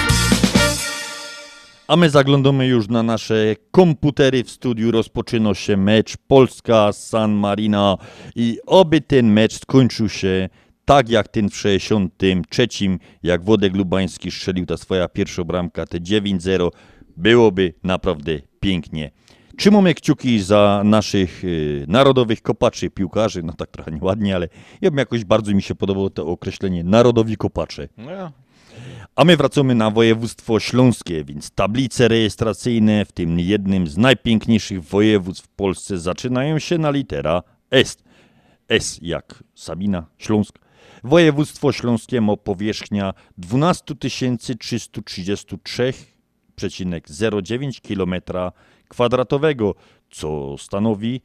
Speaker 2: A my zaglądamy już na nasze komputery. W studiu rozpoczyna się mecz Polska-San Marino i oby ten mecz skończył się tak jak ten w 63, jak Włodek Lubański strzelił ta swoja pierwsza bramka, te 9-0, byłoby naprawdę pięknie. Trzymamy kciuki za naszych narodowych kopaczy, piłkarzy, no tak trochę nieładnie, ale jakoś bardzo mi się podobało to określenie narodowi kopacze.
Speaker 3: No.
Speaker 2: A my wracamy na województwo śląskie, więc tablice rejestracyjne w tym jednym z najpiękniejszych województw w Polsce zaczynają się na litera S. S jak Sabina, Śląsk. Województwo śląskie ma powierzchnia 12 333,09 km², co stanowi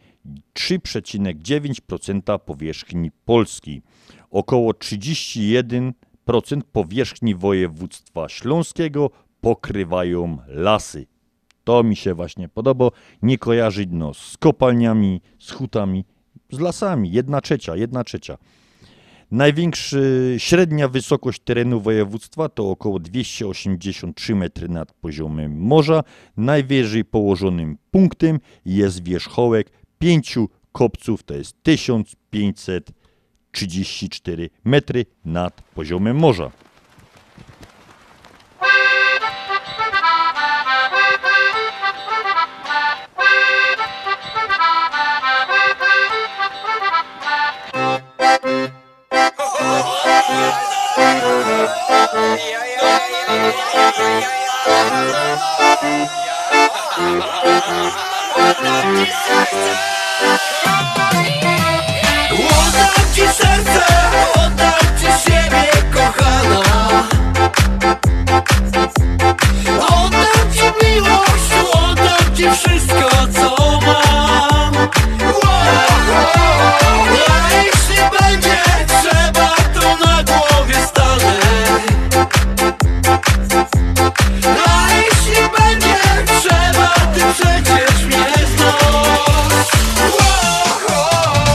Speaker 2: 3,9% powierzchni Polski. Około 31% powierzchni województwa śląskiego pokrywają lasy. To mi się właśnie podoba. Nie kojarzyć z kopalniami, z hutami, z lasami. 1/3. Największa średnia wysokość terenu województwa to około 283 metry nad poziomem morza. Najwyżej położonym punktem jest wierzchołek 5 kopców, to jest 1534 metry nad poziomem morza.
Speaker 6: Oddam ci serce, oddam ci siebie, kochana. Oddam ci miłość, oddam ci wszystko, co mam. A jeśli będzie trzeba, to na głowie stanę. A jeśli będzie trzeba, ty przecież mnie znasz.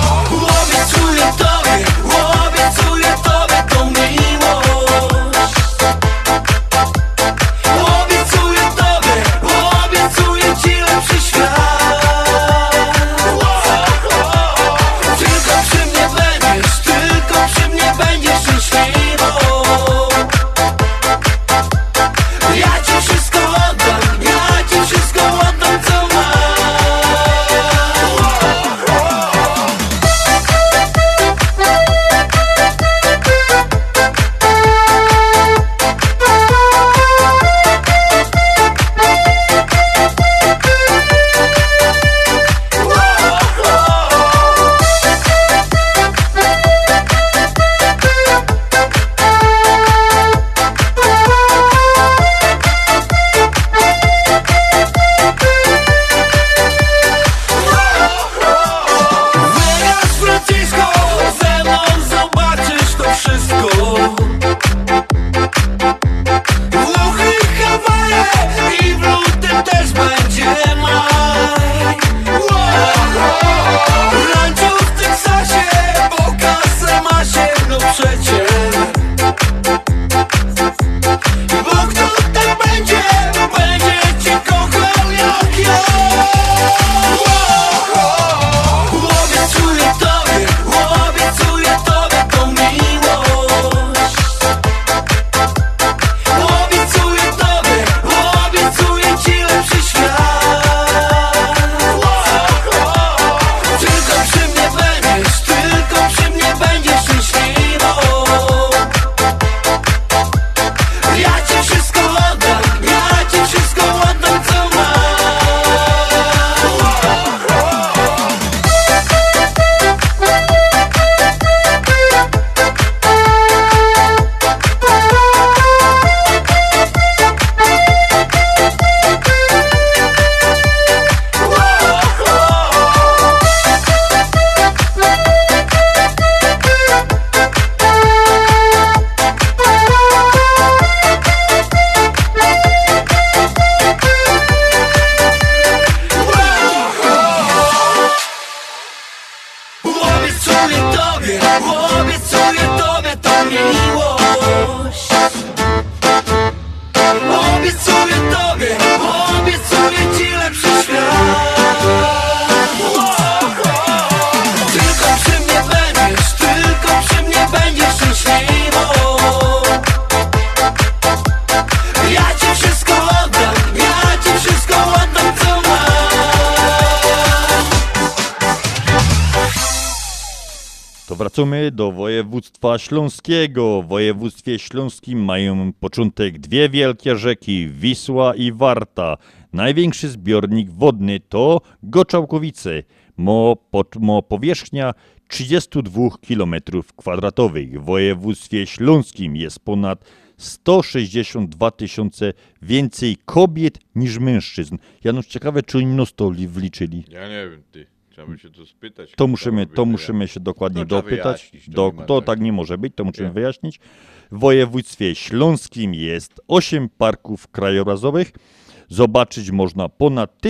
Speaker 2: wracamy do województwa śląskiego. W województwie śląskim mają początek dwie wielkie rzeki, Wisła i Warta. Największy zbiornik wodny to Goczałkowice. Ma powierzchnia 32 km². W województwie śląskim jest ponad 162 tysiące więcej kobiet niż mężczyzn. Janusz, ciekawe, czy oni to wliczyli.
Speaker 3: Ja nie wiem, ty. Trzeba by się to spytać.
Speaker 2: To musimy się dokładnie dopytać. To tak nie może być, to musimy
Speaker 3: Nie.
Speaker 2: wyjaśnić. W województwie śląskim jest 8 parków krajobrazowych. Zobaczyć można ponad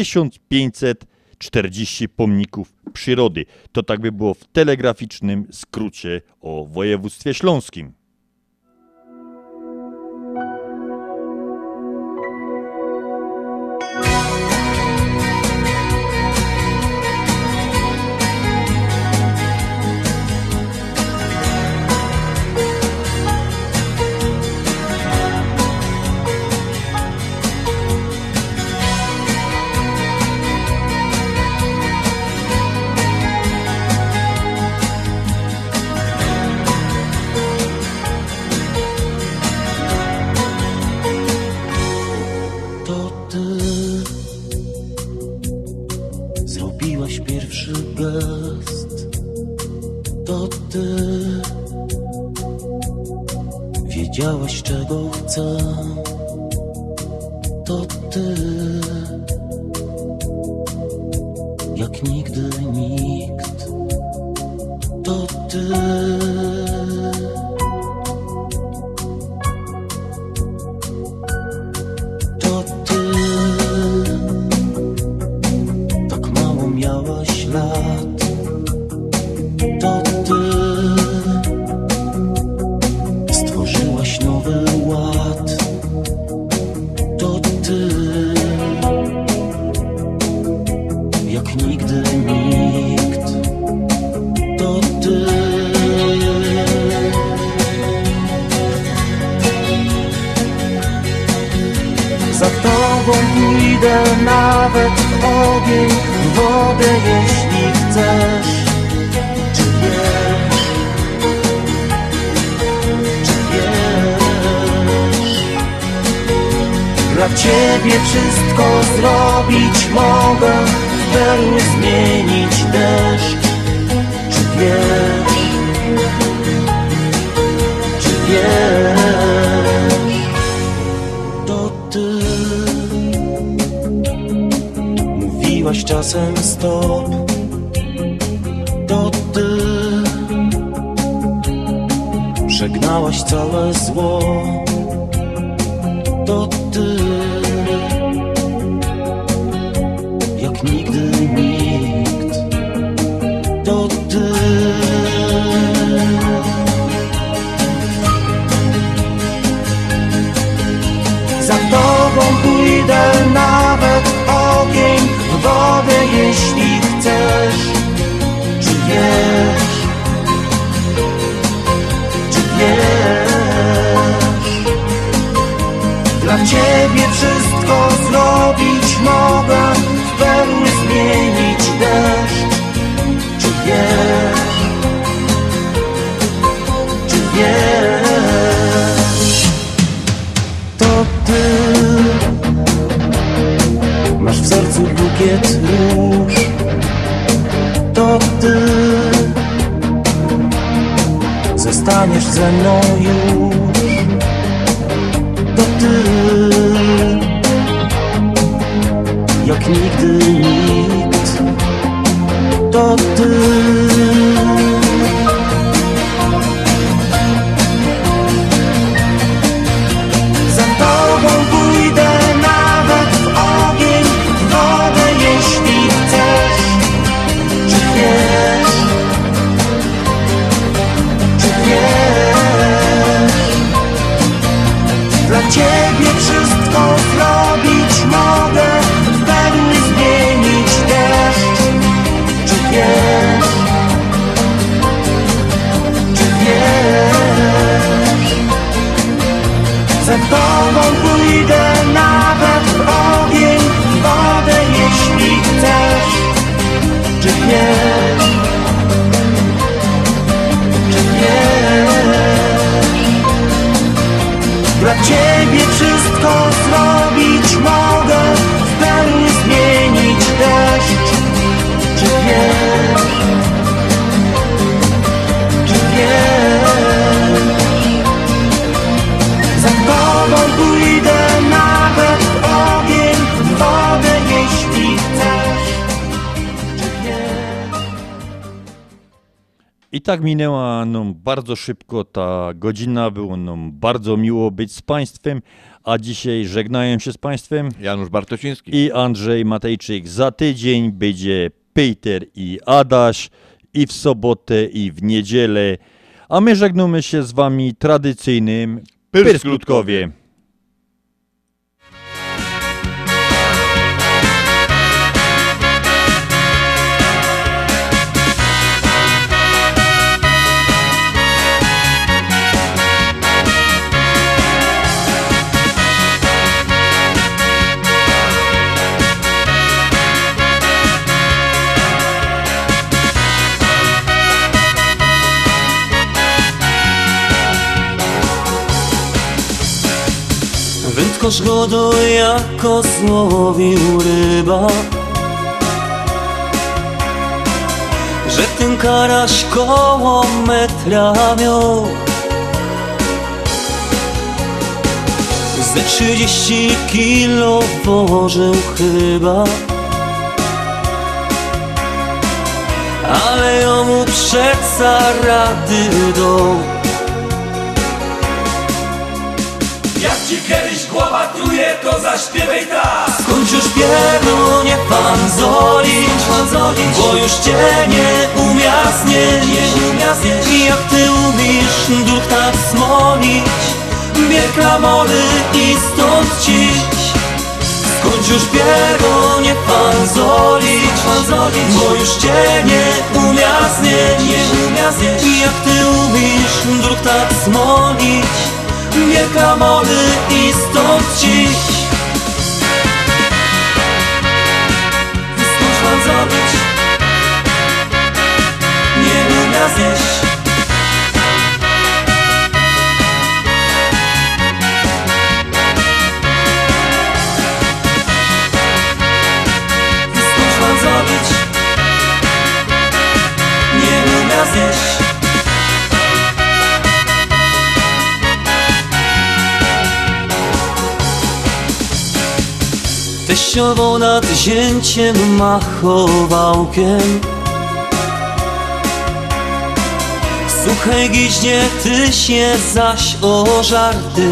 Speaker 2: 1540 pomników przyrody. To tak by było w telegraficznym skrócie o województwie śląskim.
Speaker 6: Zrobiłaś pierwszy gest. To ty wiedziałaś, czego chcę. To ty jak nigdy nikt. To ty miałaś lat. To ty stworzyłaś nowy ład. To ty jak nigdy nikt. To ty za tobą pójdę nawet w ogień, w wodę, jeśli chcesz. Czy wiesz? Czy wiesz? Dla ciebie wszystko zrobić mogę, w perły zmienić deszcz. Czy wiesz? Czy wiesz? To ty mówiłaś czasem stop. To ty żegnałaś całe zło. To ty jak nigdy nikt. To ty za tobą pójdę nawet w ogień, w wodę, jeśli chcesz. Czy wiesz? Czy wiesz? Dla ciebie wszystko zrobić mogę, w perły zmienić deszcz. Czy wiesz? Czy wiesz? To ty masz w sercu bukiet róż. To ty zostaniesz ze mną już. To ty jak nigdy nikt. To ty za tobą pójdę nawet w ogień, w wodę, jeśli chcesz. Czy wiesz? Czy wiesz? Dla ciebie wszystko zrobić mogę, w perły zmienić deszcz. Czy wiesz? Czy wiesz? Za tobą pójdę nawet w ogień, w wodę, jeśli chcesz. Czy wiesz?
Speaker 2: tak minęła nam bardzo szybko ta godzina, było nam bardzo miło być z Państwem, a dzisiaj żegnają się z Państwem
Speaker 3: Janusz Bartosiński
Speaker 2: i Andrzej Matejczyk. Za tydzień będzie Peter i Adaś i w sobotę i w niedzielę, a my żegnamy się z Wami tradycyjnym Pyrskutkowie.
Speaker 6: Wędkarz go do jako złowił ryba, że ten karaś koło metra miał. Ze 30 kilo położył chyba, ale jemu przeca rady dał.
Speaker 5: Jak ci kiedyś głowa truje, to zaśpiewaj tak.
Speaker 6: Skończ już pierunie pan zolić, bo już cię nie umia znieść. I jak ty umiesz duch tak smolić, bierz klamody i stąd ciś. Skończ już pierunie pan zolić, bo już cię nie umia znieść. I jak ty umiesz duch tak smolić, bierz klamody i stąd ciś. Skądś mam zrobić, nie umia zjeść. Skądś mam zrobić, nie umia zjeść. Teściowo nad zięciem machowałkiem. Słuchaj giźnie, ty się zaś o żarty.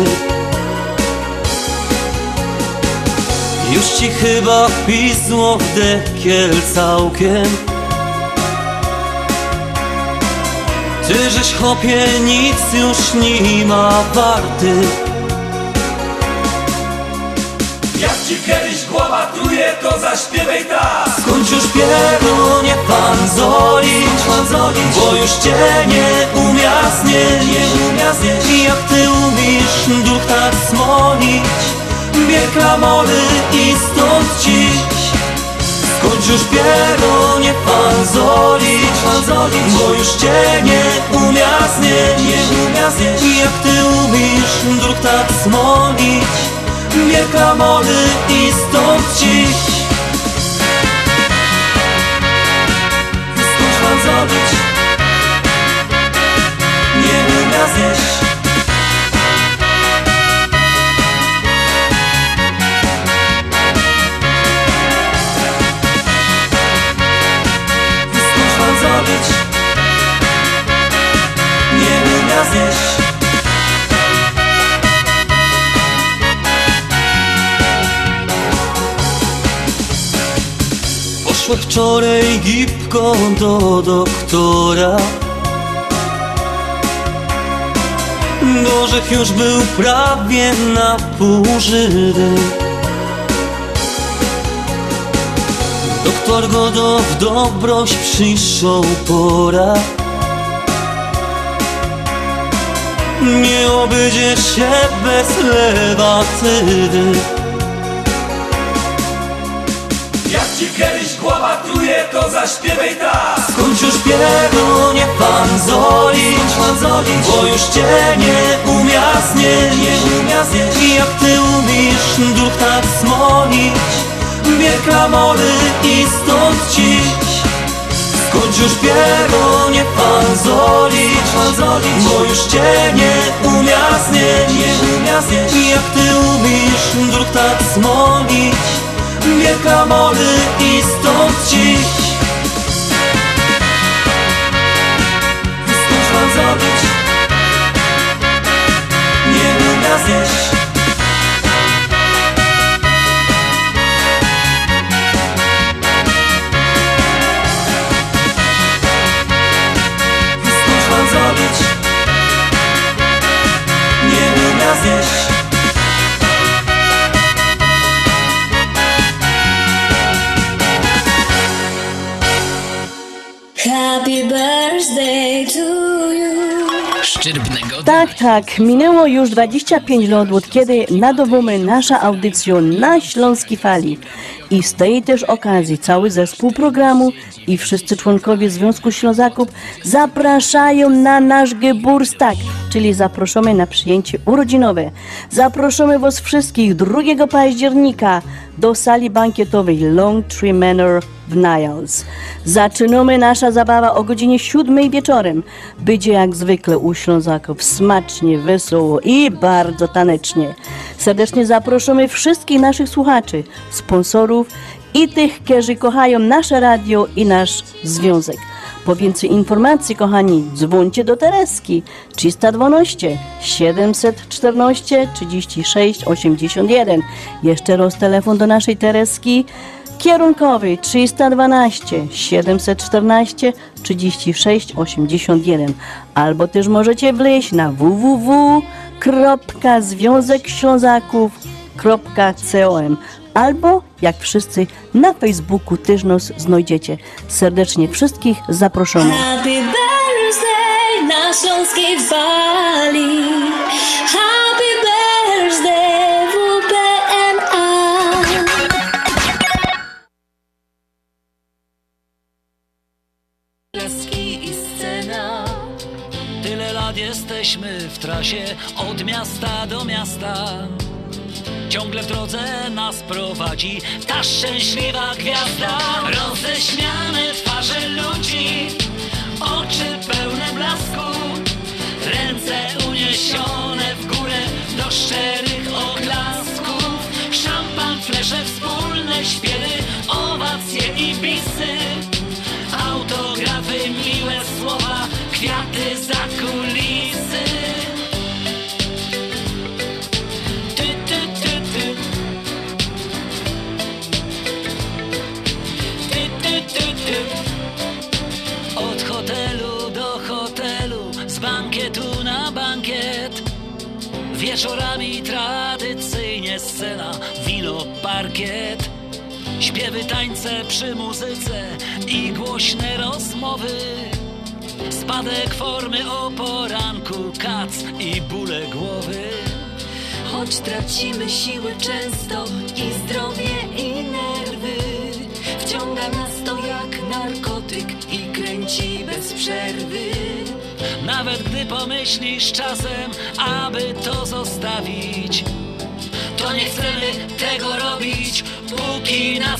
Speaker 6: Już ci chyba pisło w dekiel całkiem. Ty żeś chłopie nic już nie ma warty.
Speaker 5: Jak ci kiedyś głowa truje, to zaśpiewaj tak.
Speaker 6: Skończ już pierunie pan zolić, bo już cię nie umia znieść. I jak ty umiesz duch tak smolić, bierz klamody i stąd ciś. Skończ już pierunie pan zolić, bo już cię nie umia znieść. I jak ty umiesz duch tak smolić, bierz klamody i stąd ciś. Skądś mam zrobić, nie umia zjeść. Skądś mam zrobić, nie umia zjeść. Poszła wczoraj gipką do doktora. Gorzech już był prawie na pół żywy. Doktor go w dobroć przyszł pora. Nie obejdzie się bez lewatywy.
Speaker 5: Jak ci kiedyś głowa truje, to zaśpiewaj tak.
Speaker 6: Skończ już pierunie pan zolić, bo już cię nie umia znieść. I jak ty umiesz duch tak smolić, bierz klamody i stąd ciś. Skończ już pierunie pan zolić, bo już cię nie umia znieść. I jak ty umiesz duch tak smolić, bierz klamody i stąd ciś.
Speaker 1: Happy birthday to you.
Speaker 18: Szczyrbnego.
Speaker 19: Tak, minęło już 25 lat od kiedy nadawamy nasza audycja na Śląskiej Fali. I z tej też okazji cały zespół programu i wszyscy członkowie Związku Ślązaków zapraszają na nasz Geburtstag, czyli zapraszamy na przyjęcie urodzinowe. Zapraszamy was wszystkich 2 października do sali bankietowej Long Tree Manor w Niles. Zaczynamy nasza zabawa o godzinie 7 wieczorem. Będzie jak zwykle u Ślązaków smacznie, wesoło i bardzo tanecznie. Serdecznie zapraszamy wszystkich naszych słuchaczy, sponsorów i tych, którzy kochają nasze radio i nasz związek. Po więcej informacji, kochani, dzwońcie do Tereski 312 714 36 81. Jeszcze raz telefon do naszej Tereski kierunkowy 312 714 36 81. Albo też możecie wleźć na www.związekślązaków.com albo, jak wszyscy, na Facebooku też nas znajdziecie. Serdecznie wszystkich zapraszamy.
Speaker 1: Happy birthday na Śląskiej Fali. Happy birthday WPNA.
Speaker 6: Leski i scena. Tyle lat jesteśmy w trasie od miasta do miasta. Ciągle w drodze nas prowadzi ta szczęśliwa gwiazda. Roześmiane twarze ludzi, oczy pełne blasku, ręce uniesione w górę do szczerych oklasków. Szampan, flesze, wspólne śpiewy, owacje i bisy, autografy, miłe słowa, kwiaty za kulisy. Od hotelu do hotelu, z bankietu na bankiet, wieczorami tradycyjnie scena, wino, parkiet, śpiewy, tańce przy muzyce i głośne rozmowy, spadek formy o poranku, kac i bóle głowy.
Speaker 1: Choć tracimy siły często i zdrowie i nerwy, wciąga nas to jak narkotyk i kręci bez przerwy.
Speaker 6: Nawet gdy pomyślisz czasem, aby to zostawić, to nie chcemy tego robić, póki nas